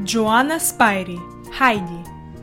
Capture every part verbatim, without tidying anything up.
Джоанна Спайри. Хайди.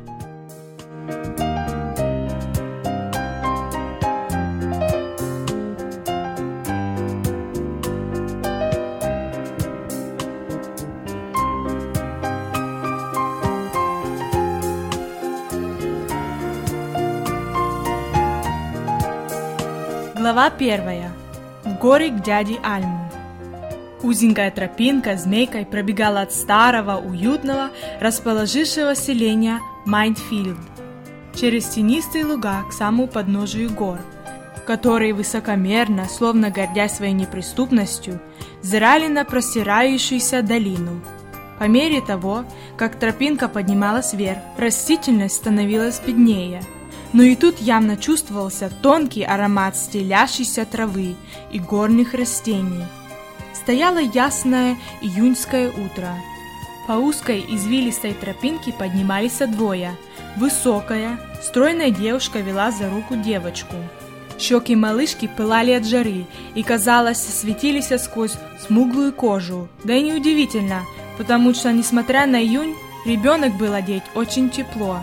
Глава первая. В горы к дяде Альму. Узенькая тропинка змейкой пробегала от старого, уютного, расположившего селения Майндфилд через тенистые луга к самому подножию гор, которые высокомерно, словно гордясь своей неприступностью, взирали на простирающуюся долину. По мере того, как тропинка поднималась вверх, растительность становилась беднее, но и тут явно чувствовался тонкий аромат стелящейся травы и горных растений. Стояло ясное июньское утро. По узкой извилистой тропинке поднимались двое. Высокая, стройная девушка вела за руку девочку. Щеки малышки пылали от жары и, казалось, светились сквозь смуглую кожу. Да и неудивительно, потому что, несмотря на июнь, ребенок был одет очень тепло.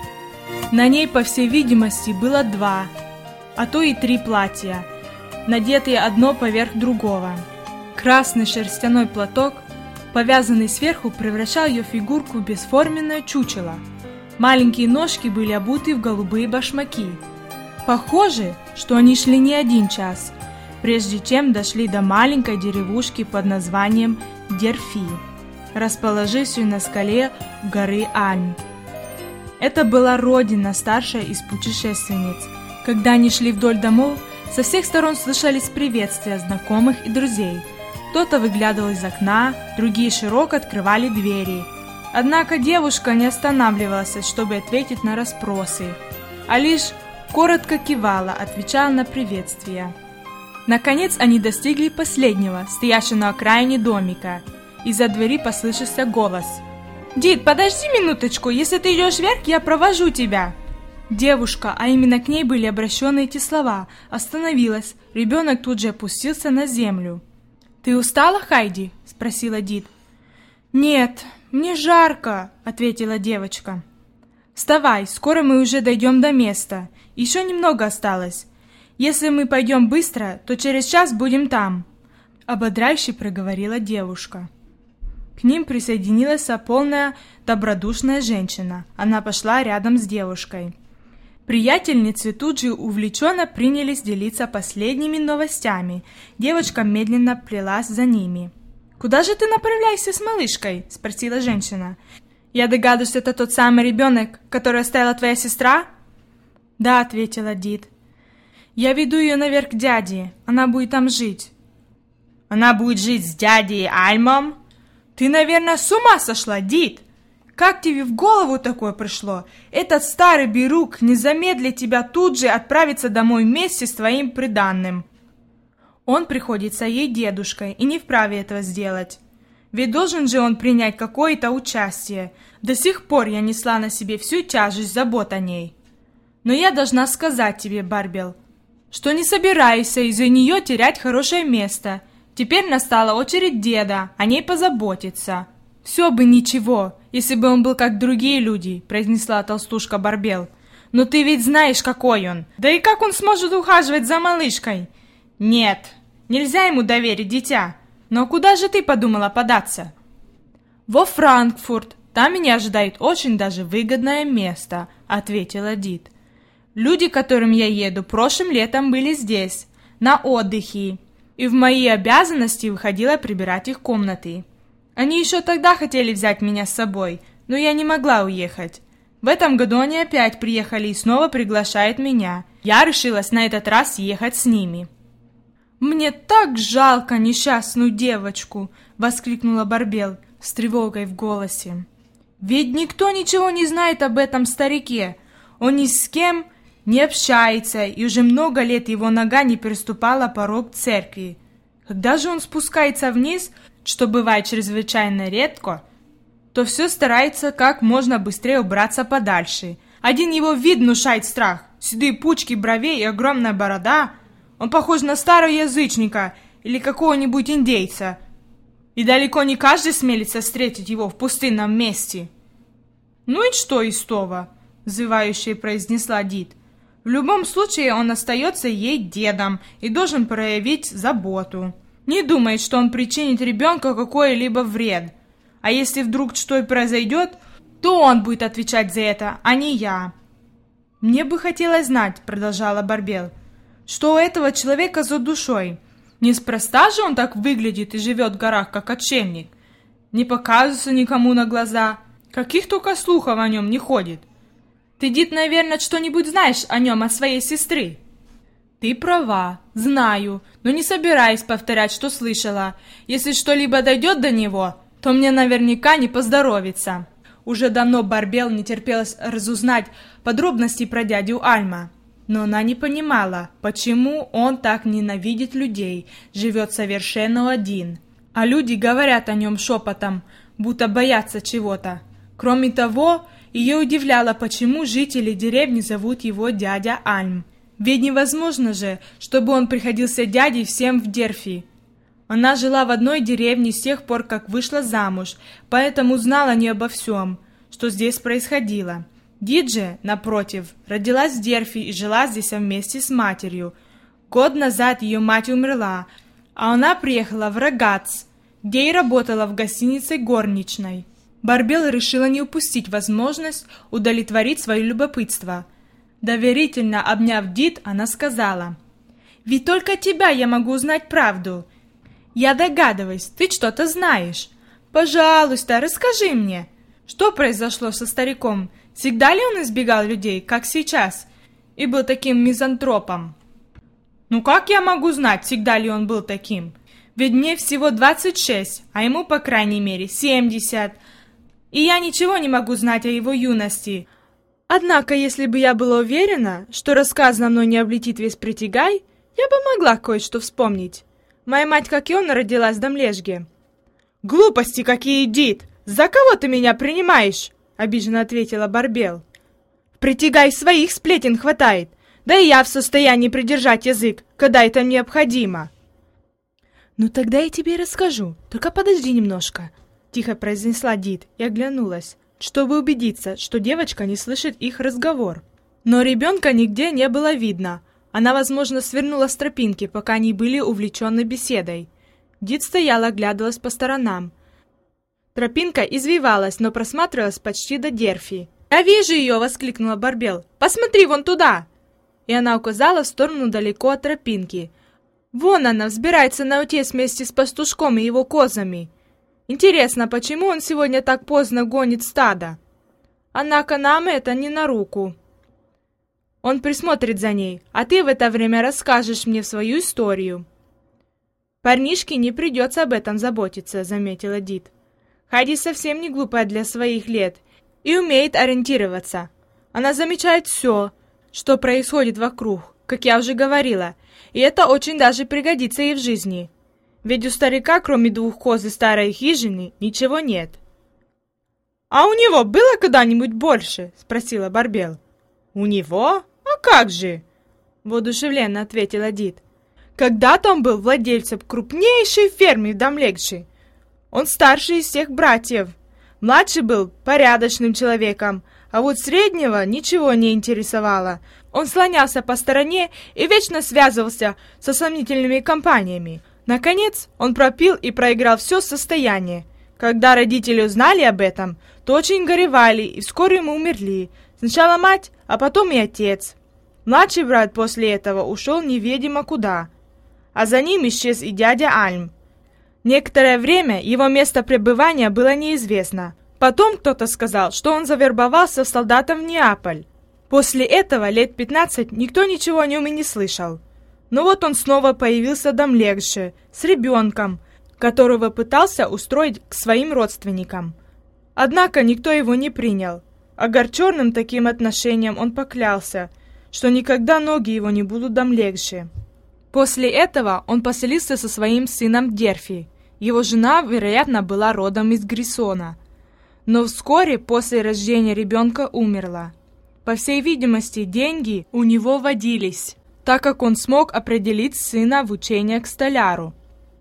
На ней, по всей видимости, было два, а то и три платья, надетые одно поверх другого. Красный шерстяной платок, повязанный сверху, превращал ее фигурку в бесформенное чучело. Маленькие ножки были обуты в голубые башмаки. Похоже, что они шли не один час, прежде чем дошли до маленькой деревушки под названием Дерфи, расположившейся на скале горы Альм. Это была родина старшая из путешественниц. Когда они шли вдоль домов, со всех сторон слышались приветствия знакомых и друзей. Кто-то выглядывал из окна, другие широко открывали двери. Однако девушка не останавливалась, чтобы ответить на расспросы, а лишь коротко кивала, отвечала на приветствия. Наконец они достигли последнего, стоящего на окраине домика. Из-за двери послышался голос. «Дид, подожди минуточку, если ты идешь вверх, я провожу тебя!» Девушка, а именно к ней были обращены эти слова, остановилась. Ребенок тут же опустился на землю. «Ты устала, Хайди?» – спросила Дид. «Нет, мне жарко», – ответила девочка. «Вставай, скоро мы уже дойдем до места. Еще немного осталось. Если мы пойдем быстро, то через час будем там», – ободряюще проговорила девушка. К ним присоединилась полная добродушная женщина. Она пошла рядом с девушкой. Приятельницы тут же увлеченно принялись делиться последними новостями. Девочка медленно плелась за ними. «Куда же ты направляешься с малышкой?» – спросила женщина. «Я догадываюсь, это тот самый ребенок, который оставила твоя сестра?» «Да», – ответила Дид. «Я веду ее наверх к дяде. Она будет там жить». «Она будет жить с дядей Альмом?» «Ты, наверное, с ума сошла, Дид! Как тебе в голову такое пришло? Этот старый берук не замедлит тебя тут же отправиться домой вместе с твоим приданным. Он приходится ей дедушкой и не вправе этого сделать. Ведь должен же он принять какое-то участие. До сих пор я несла на себе всю тяжесть забот о ней. Но я должна сказать тебе, Барбел, что не собираюсь из-за нее терять хорошее место. Теперь настала очередь деда о ней позаботиться». «Все бы ничего, если бы он был как другие люди», — произнесла толстушка Барбел. «Но ты ведь знаешь, какой он. Да и как он сможет ухаживать за малышкой?» «Нет, нельзя ему доверить дитя. Но куда же ты подумала податься?» «Во Франкфурт. Там меня ожидает очень даже выгодное место», — ответила Дид. «Люди, к которым я еду, прошлым летом были здесь, на отдыхе, и в мои обязанности выходило прибирать их комнаты. Они еще тогда хотели взять меня с собой, но я не могла уехать. В этом году они опять приехали и снова приглашают меня. Я решилась на этот раз ехать с ними». «Мне так жалко несчастную девочку!» — воскликнула Барбел с тревогой в голосе. «Ведь никто ничего не знает об этом старике. Он ни с кем не общается, и уже много лет его нога не переступала порог церкви. Когда же он спускается вниз, что бывает чрезвычайно редко, то все старается как можно быстрее убраться подальше. Один его вид внушает страх. Седые пучки бровей и огромная борода. Он похож на старого язычника или какого-нибудь индейца. И далеко не каждый смелится встретить его в пустынном месте. «Ну и что из того?» — зывающе произнесла Дит. «В любом случае он остается ей дедом и должен проявить заботу. Не думает, что он причинит ребенку какой-либо вред. А если вдруг что и произойдет, то он будет отвечать за это, а не я». «Мне бы хотелось знать», — продолжала Барбел, «что у этого человека за душой. Неспроста же он так выглядит и живет в горах, как отшельник. Не показывается никому на глаза. Каких только слухов о нем не ходит. Ты, Дит, наверное, что-нибудь знаешь о нем, от своей сестры?» «Ты права, знаю, но не собираюсь повторять, что слышала. Если что-либо дойдет до него, то мне наверняка не поздоровится». Уже давно Барбел не терпелось разузнать подробности про дядю Альма. Но она не понимала, почему он так ненавидит людей, живет совершенно один. А люди говорят о нем шепотом, будто боятся чего-то. Кроме того, ее удивляло, почему жители деревни зовут его дядя Альм. Ведь невозможно же, чтобы он приходился дядей всем в Дерфи. Она жила в одной деревне с тех пор, как вышла замуж, поэтому знала не обо всем, что здесь происходило. Дит же, напротив, родилась в Дерфи и жила здесь вместе с матерью. Год назад ее мать умерла, а она приехала в Рогац, где и работала в гостинице горничной. Барбел решила не упустить возможность удовлетворить свое любопытство. Доверительно обняв Дит, она сказала: «Ведь только от тебя я могу узнать правду. Я догадываюсь, ты что-то знаешь. Пожалуйста, расскажи мне, что произошло со стариком? Всегда ли он избегал людей, как сейчас, и был таким мизантропом?» «Ну как я могу знать, всегда ли он был таким? Ведь мне всего двадцать шесть, а ему, по крайней мере, семьдесят, и я ничего не могу знать о его юности. Однако, если бы я была уверена, что рассказано мной не облетит весь Притягай, я бы могла кое-что вспомнить. Моя мать, как и он, родилась в Дамлежге». «Глупости какие, Дит! За кого ты меня принимаешь?» — обиженно ответила Барбел. «В Притягай своих сплетен хватает, да и я в состоянии придержать язык, когда это необходимо». «Ну тогда я тебе расскажу, только подожди немножко», — тихо произнесла Дит и оглянулась, чтобы убедиться, что девочка не слышит их разговор. Но ребенка нигде не было видно. Она, возможно, свернула с тропинки, пока они были увлечены беседой. Дит стояла, оглядывалась по сторонам. Тропинка извивалась, но просматривалась почти до Дерфи. «Я вижу ее!» — воскликнула Барбел. «Посмотри вон туда!» И она указала в сторону далеко от тропинки. «Вон она взбирается на утес вместе с пастушком и его козами. Интересно, почему он сегодня так поздно гонит стадо? Однако нам это не на руку. Он присмотрит за ней, а ты в это время расскажешь мне свою историю». «Парнишке не придется об этом заботиться», — заметила Дит. «Хайди совсем не глупая для своих лет и умеет ориентироваться. Она замечает все, что происходит вокруг, как я уже говорила, и это очень даже пригодится ей в жизни. Ведь у старика, кроме двух коз и старой хижины, ничего нет». «А у него было когда-нибудь больше?» — спросила Барбел. «У него? А как же?» — воодушевленно ответила Дит. «Когда-то он был владельцем крупнейшей фермы в Дамлегше. Он старший из всех братьев. Младший был порядочным человеком, а вот среднего ничего не интересовало. Он слонялся по стороне и вечно связывался со сомнительными компаниями. Наконец, он пропил и проиграл все состояние. Когда родители узнали об этом, то очень горевали и вскоре ему умерли. Сначала мать, а потом и отец. Младший брат после этого ушел неведомо куда, а за ним исчез и дядя Альм. Некоторое время его место пребывания было неизвестно. Потом кто-то сказал, что он завербовался солдатом в Неаполь. После этого лет пятнадцать никто ничего о нем и не слышал. Но вот он снова появился в Дамлегше с ребенком, которого пытался устроить к своим родственникам. Однако никто его не принял. Огорченным таким отношением он поклялся, что никогда ноги его не будут в Дамлегше. После этого он поселился со своим сыном в Дерфи. Его жена, вероятно, была родом из Грисона, но вскоре после рождения ребенка умерла. По всей видимости, деньги у него водились, так как он смог определить сына в учение к столяру.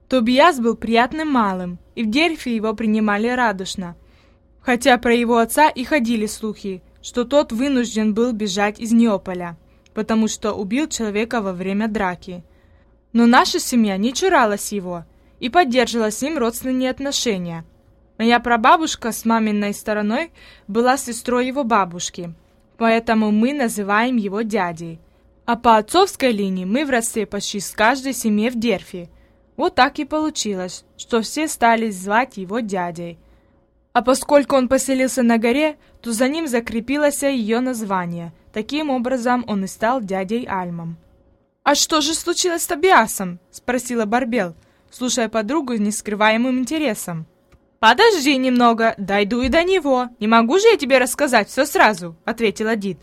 Тобиас был приятным малым, и в Дерфи его принимали радушно, хотя про его отца и ходили слухи, что тот вынужден был бежать из Неаполя, потому что убил человека во время драки. Но наша семья не чуралась его и поддерживала с ним родственные отношения. Моя прабабушка с маминой стороной была сестрой его бабушки, поэтому мы называем его дядей. А по отцовской линии мы в родстве почти с каждой семьей в Дерфи. Вот так и получилось, что все стали звать его дядей. А поскольку он поселился на горе, то за ним закрепилось ее название. Таким образом он и стал дядей Альмом. «А что же случилось с Тобиасом?» — спросила Барбел, слушая подругу с нескрываемым интересом. «Подожди немного, дойду и до него. Не могу же я тебе рассказать все сразу», — ответила Дит.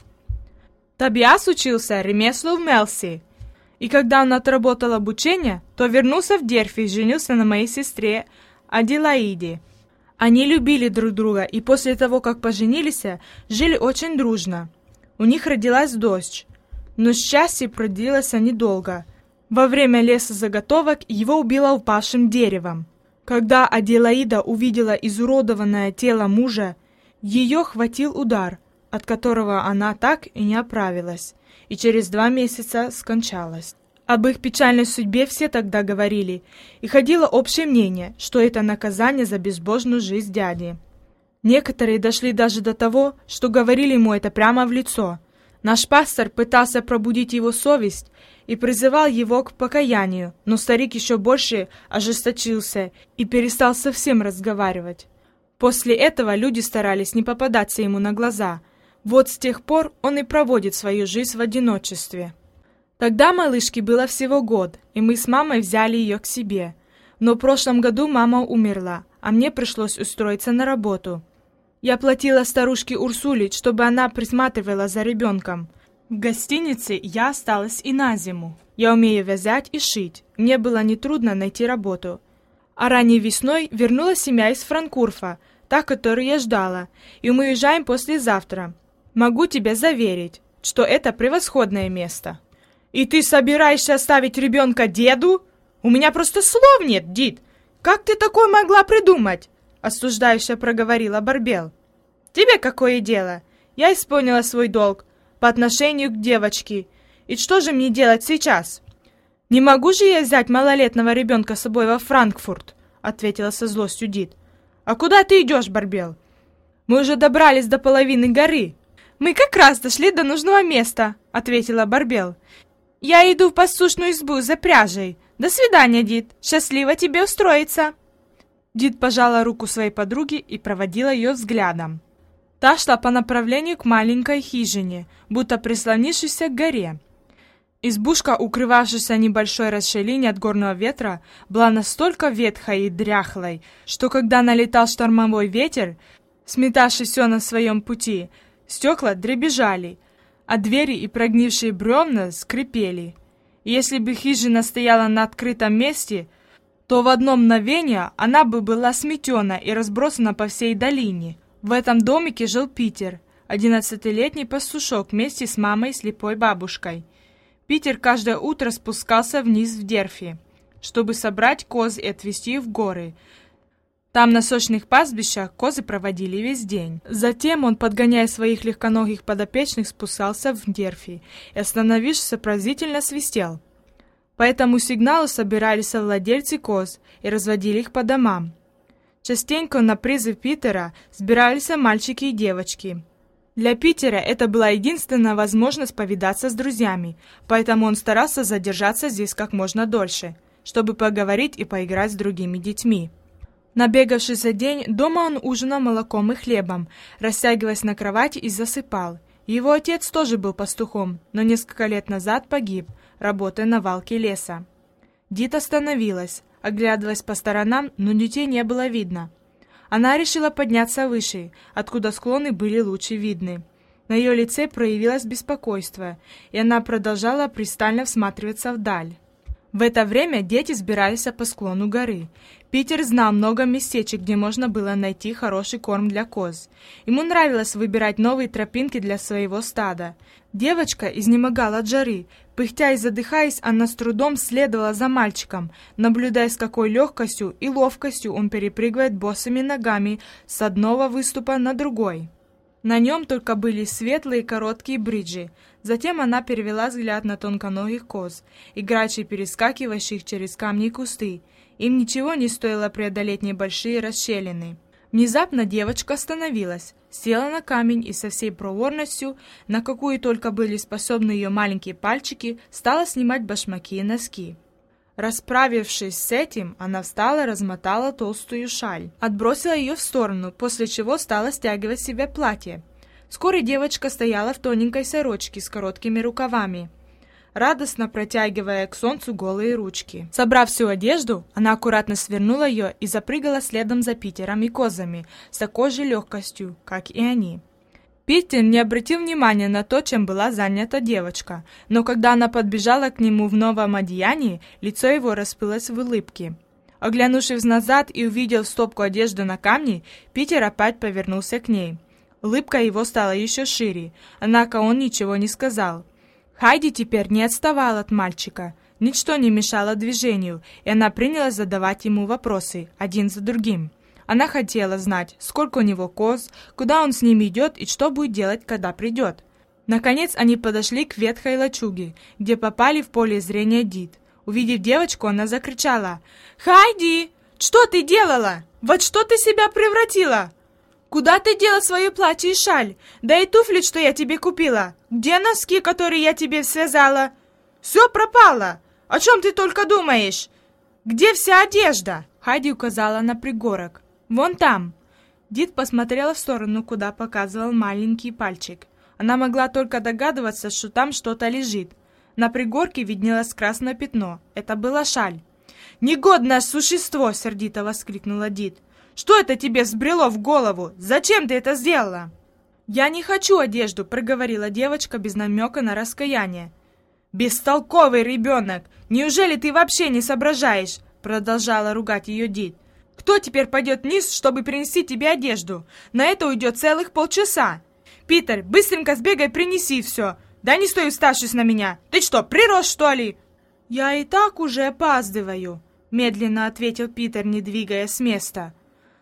Тобиас учился ремеслу в Мелси, и когда он отработал обучение, то вернулся в Дерфи и женился на моей сестре Аделаиде. Они любили друг друга, и после того, как поженились, жили очень дружно. У них родилась дочь, но счастье продлилось недолго. Во время лесозаготовок его убило упавшим деревом. Когда Аделаида увидела изуродованное тело мужа, ее хватил удар, от которого она так и не оправилась, и через два месяца скончалась. Об их печальной судьбе все тогда говорили, и ходило общее мнение, что это наказание за безбожную жизнь дяди. Некоторые дошли даже до того, что говорили ему это прямо в лицо. Наш пастор пытался пробудить его совесть и призывал его к покаянию, но старик еще больше ожесточился и перестал совсем разговаривать. После этого люди старались не попадаться ему на глаза. Вот с тех пор он и проводит свою жизнь в одиночестве. Тогда малышке было всего год, и мы с мамой взяли ее к себе. Но в прошлом году мама умерла, а мне пришлось устроиться на работу. Я платила старушке Урсуле, чтобы она присматривала за ребенком. В гостинице я осталась и на зиму. Я умею вязать и шить, мне было нетрудно найти работу. А ранней весной вернулась семья из Франкурфа, та, которую я ждала, и мы уезжаем послезавтра. Могу тебе заверить, что это превосходное место. «И ты собираешься оставить ребенка деду? У меня просто слов нет, Дит! Как ты такое могла придумать?» Осуждающе проговорила Барбел. «Тебе какое дело? Я исполнила свой долг по отношению к девочке. И что же мне делать сейчас?» «Не могу же я взять малолетнего ребенка с собой во Франкфурт», ответила со злостью Дит. «А куда ты идешь, Барбел?» «Мы уже добрались до половины горы». «Мы как раз дошли до нужного места», ответила Барбел. «Я иду в пастушную избу за пряжей. До свидания, Дит. Счастливо тебе устроиться». Дит пожала руку своей подруги и проводила ее взглядом. Та шла по направлению к маленькой хижине, будто прислонившейся к горе. Избушка, укрывавшаяся небольшой расщелине от горного ветра, была настолько ветхой и дряхлой, что когда налетал штормовой ветер, сметавший все на своем пути, стекла дребезжали, а двери и прогнившие бревна скрипели. И если бы хижина стояла на открытом месте, то в одно мгновение она бы была сметена и разбросана по всей долине. В этом домике жил Питер, одиннадцатилетний пастушок вместе с мамой и слепой бабушкой. Питер каждое утро спускался вниз в Дерфи, чтобы собрать коз и отвезти их в горы. Там на сочных пастбищах козы проводили весь день. Затем он, подгоняя своих легконогих подопечных, спускался в Дерфи и, остановившись, пронзительно свистел. По этому сигналу собирались владельцы коз и разводили их по домам. Частенько на призыв Питера сбирались мальчики и девочки. Для Питера это была единственная возможность повидаться с друзьями, поэтому он старался задержаться здесь как можно дольше, чтобы поговорить и поиграть с другими детьми. Набегавшись за день, дома он ужинал молоком и хлебом, растягиваясь на кровати и засыпал. Его отец тоже был пастухом, но несколько лет назад погиб, работая на валке леса. Дит остановилась, оглядываясь по сторонам, но детей не было видно. Она решила подняться выше, откуда склоны были лучше видны. На ее лице проявилось беспокойство, и она продолжала пристально всматриваться вдаль. В это время дети сбирались по склону горы. Питер знал много местечек, где можно было найти хороший корм для коз. Ему нравилось выбирать новые тропинки для своего стада. Девочка изнемогала от жары, Пыхтя и задыхаясь, она с трудом следовала за мальчиком, наблюдая, с какой легкостью и ловкостью он перепрыгивает босыми ногами с одного выступа на другой. На нем только были светлые короткие бриджи. Затем она перевела взгляд на тонконогих коз, играючи перескакивающих через камни и кусты. Им ничего не стоило преодолеть небольшие расщелины. Внезапно девочка остановилась, села на камень и со всей проворностью, на какую только были способны ее маленькие пальчики, стала снимать башмаки и носки. Расправившись с этим, она встала, размотала толстую шаль, отбросила ее в сторону, после чего стала стягивать себе платье. Вскоре девочка стояла в тоненькой сорочке с короткими рукавами, радостно протягивая к солнцу голые ручки. Собрав всю одежду, она аккуратно свернула ее и запрыгала следом за Питером и козами с такой же легкостью, как и они. Питер не обратил внимания на то, чем была занята девочка, но когда она подбежала к нему в новом одеянии, лицо его расплылось в улыбке. Оглянувшись назад и увидев стопку одежды на камне, Питер опять повернулся к ней. Улыбка его стала еще шире, однако он ничего не сказал. Хайди теперь не отставала от мальчика. Ничто не мешало движению, и она принялась задавать ему вопросы, один за другим. Она хотела знать, сколько у него коз, куда он с ними идет и что будет делать, когда придет. Наконец они подошли к ветхой лачуге, где попали в поле зрения Дит. Увидев девочку, она закричала: «Хайди, что ты делала? Вот что ты себя превратила? Куда ты дела свое платье и шаль? Да и туфли, что я тебе купила? Где носки, которые я тебе связала? Все пропало! О чем ты только думаешь? Где вся одежда?» Хайди указала на пригорок. «Вон там!» Дит посмотрела в сторону, куда показывал маленький пальчик. Она могла только догадываться, что там что-то лежит. На пригорке виднелось красное пятно. Это была шаль. «Негодное существо!» — сердито воскликнула Дит. «Что это тебе взбрело в голову? Зачем ты это сделала?» «Я не хочу одежду!» — проговорила девочка без намека на раскаяние. «Бестолковый ребенок! Неужели ты вообще не соображаешь?» — продолжала ругать ее Дит. «Кто теперь пойдет вниз, чтобы принести тебе одежду? На это уйдет целых полчаса. Питер, быстренько сбегай, принеси все. Да не стой, уставшись на меня. Ты что, прирос, что ли?» «Я и так уже опаздываю», — медленно ответил Питер, не двигаясь с места.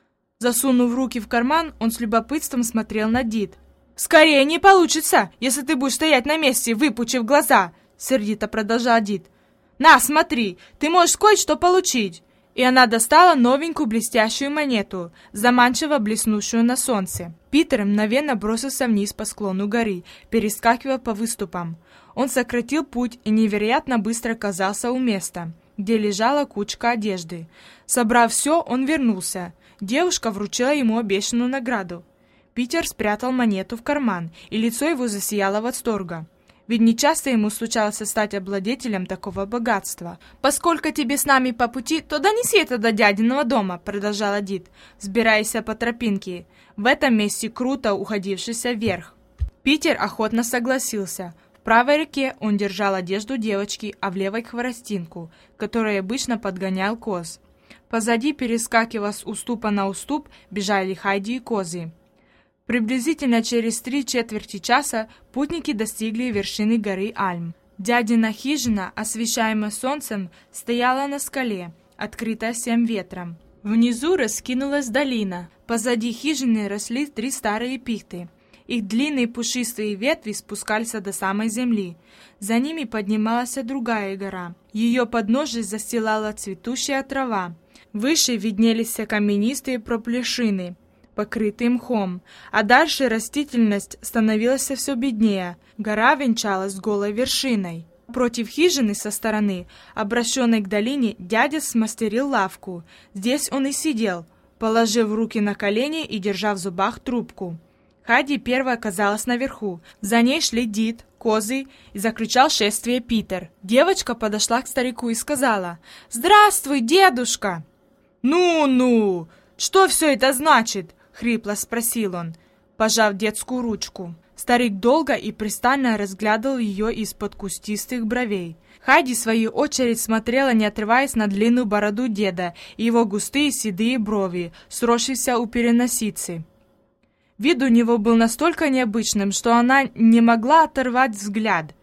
Засунув руки в карман, он с любопытством смотрел на Дит. «Скорее не получится, если ты будешь стоять на месте, выпучив глаза», — сердито продолжал Дит. «На, смотри, ты можешь кое-что получить». И она достала новенькую блестящую монету, заманчиво блеснувшую на солнце. Питер мгновенно бросился вниз по склону горы, перескакивая по выступам. Он сократил путь и невероятно быстро оказался у места, где лежала кучка одежды. Собрав все, он вернулся. Девушка вручила ему обещанную награду. Питер спрятал монету в карман, и лицо его засияло от восторга. Ведь нечасто ему случалось стать обладателем такого богатства. «Поскольку тебе с нами по пути, то донеси это до дядиного дома», — продолжала Дит, взбираясь по тропинке, в этом месте круто уходившийся вверх. Питер охотно согласился. В правой руке он держал одежду девочки, а в левой — хворостинку, которой обычно подгонял коз. Позади, перескакивая с уступа на уступ, бежали Хайди и козы. Приблизительно через три четверти часа путники достигли вершины горы Альм. Дядина хижина, освещаемая солнцем, стояла на скале, открытая всем ветром. Внизу раскинулась долина. Позади хижины росли три старые пихты. Их длинные пушистые ветви спускались до самой земли. За ними поднималась другая гора. Ее подножие застилала цветущая трава. Выше виднелись каменистые проплешины, покрытые мхом, а дальше растительность становилась все беднее. Гора венчалась голой вершиной. Против хижины со стороны, обращенной к долине, дядя смастерил лавку. Здесь он и сидел, положив руки на колени и держа в зубах трубку. Хайди первая оказалась наверху. За ней шли Дит, козы, и закричал шествие Питер. Девочка подошла к старику и сказала: «Здравствуй, дедушка!» «Ну-ну, что все это значит?» — хрипло спросил он, пожав детскую ручку. Старик долго и пристально разглядывал ее из-под кустистых бровей. Хайди, в свою очередь, смотрела, не отрываясь, на длинную бороду деда и его густые седые брови, сросшиеся у переносицы. Вид у него был настолько необычным, что она не могла оторвать взгляд.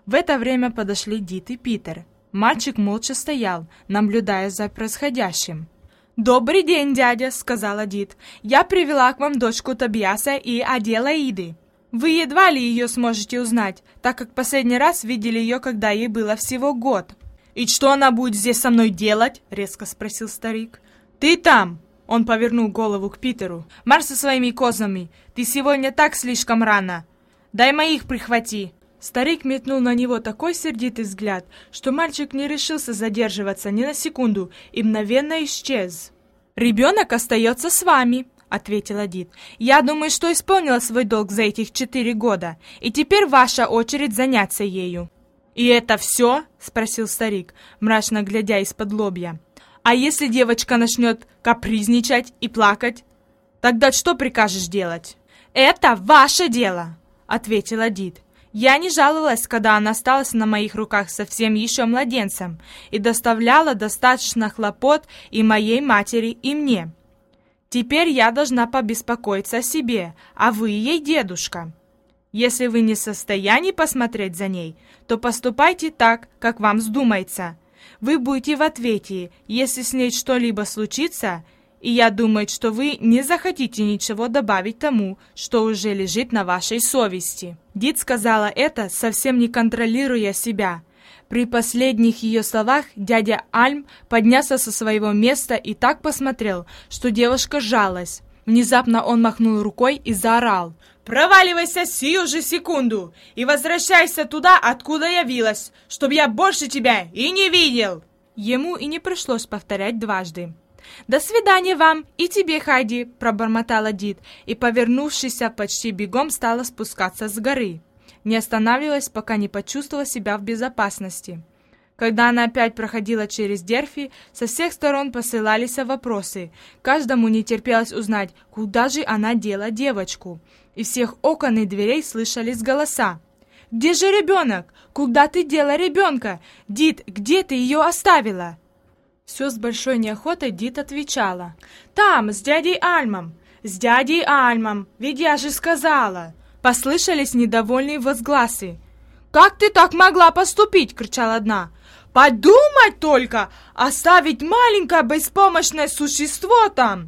В это время подошли Дит и Питер. Мальчик молча стоял, наблюдая за происходящим. «Добрый день, дядя», — сказала Дит. «Я привела к вам дочку Тобиаса и Аделаиды. Вы едва ли ее сможете узнать, так как последний раз видели ее, когда ей было всего год». «И что она будет здесь со мной делать?» — резко спросил старик. «Ты там!» — он повернул голову к Питеру. «Марш со своими козами! Ты сегодня так слишком рано! Дай моих прихвати!» Старик метнул на него такой сердитый взгляд, что мальчик не решился задерживаться ни на секунду и мгновенно исчез. «Ребенок остается с вами», — ответила Дит. «Я думаю, что исполнила свой долг за этих четыре года, и теперь ваша очередь заняться ею». «И это все?» — спросил старик, мрачно глядя из-под лобья. «А если девочка начнет капризничать и плакать, тогда что прикажешь делать?» «Это ваше дело», — ответила Дит. «Я не жаловалась, когда она осталась на моих руках совсем еще младенцем и доставляла достаточно хлопот и моей матери, и мне. Теперь я должна побеспокоиться о себе, а вы ей дедушка. Если вы не в состоянии посмотреть за ней, то поступайте так, как вам вздумается. Вы будете в ответе, если с ней что-либо случится, и я думаю, что вы не захотите ничего добавить тому, что уже лежит на вашей совести». Дит сказала это, совсем не контролируя себя. При последних ее словах дядя Альм поднялся со своего места и так посмотрел, что девушка сжалась. Внезапно он махнул рукой и заорал: «Проваливайся сию же секунду и возвращайся туда, откуда явилась, чтобы я больше тебя и не видел!» Ему и не пришлось повторять дважды. «До свидания вам и тебе, Хайди!» — пробормотала Дит и, повернувшись почти бегом, стала спускаться с горы. Не останавливалась, пока не почувствовала себя в безопасности. Когда она опять проходила через Дерфи, со всех сторон посылались вопросы. Каждому не терпелось узнать, куда же она дела девочку. Из всех окон и дверей слышались голоса. «Где же ребенок? Куда ты дела ребенка? Дит, где ты ее оставила?» Все с большой неохотой Дит отвечала: «Там, с дядей Альмом! С дядей Альмом! Ведь я же сказала!» Послышались недовольные возгласы. «Как ты так могла поступить?» — кричала одна. «Подумать только! Оставить маленькое беспомощное существо там!»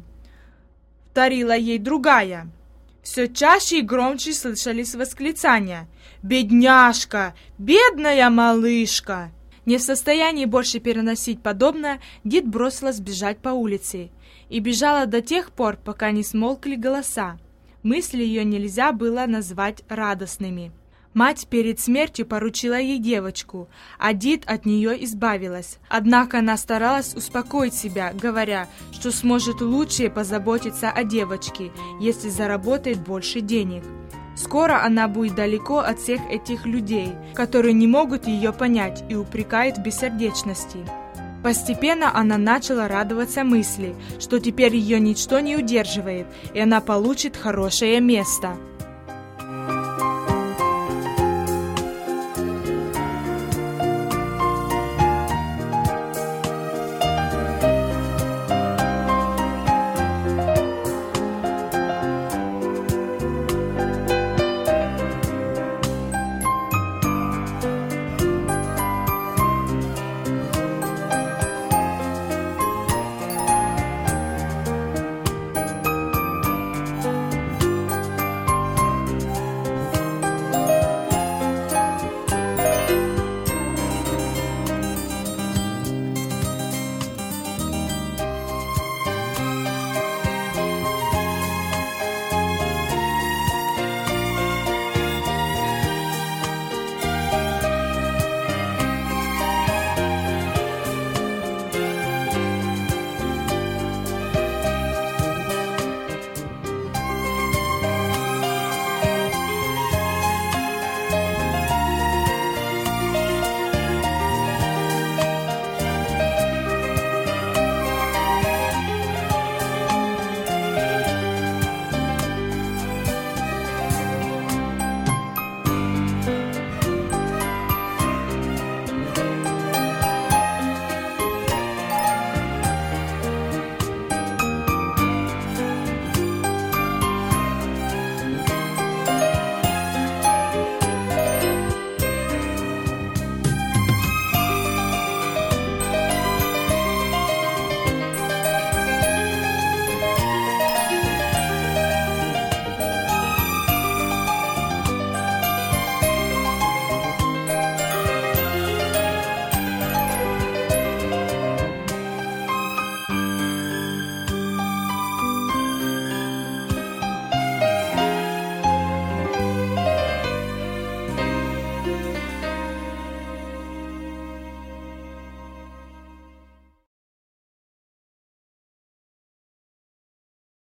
— вторила ей другая. Все чаще и громче слышались восклицания. «Бедняжка! Бедная малышка!» Не в состоянии больше переносить подобное, Дит бросилась бежать по улице и бежала до тех пор, пока не смолкли голоса. Мысли ее нельзя было назвать радостными. Мать перед смертью поручила ей девочку, а Дит от нее избавилась. Однако она старалась успокоить себя, говоря, что сможет лучше позаботиться о девочке, если заработает больше денег. Скоро она будет далеко от всех этих людей, которые не могут ее понять и упрекают в бессердечности. Постепенно она начала радоваться мысли, что теперь ее ничто не удерживает, и она получит хорошее место.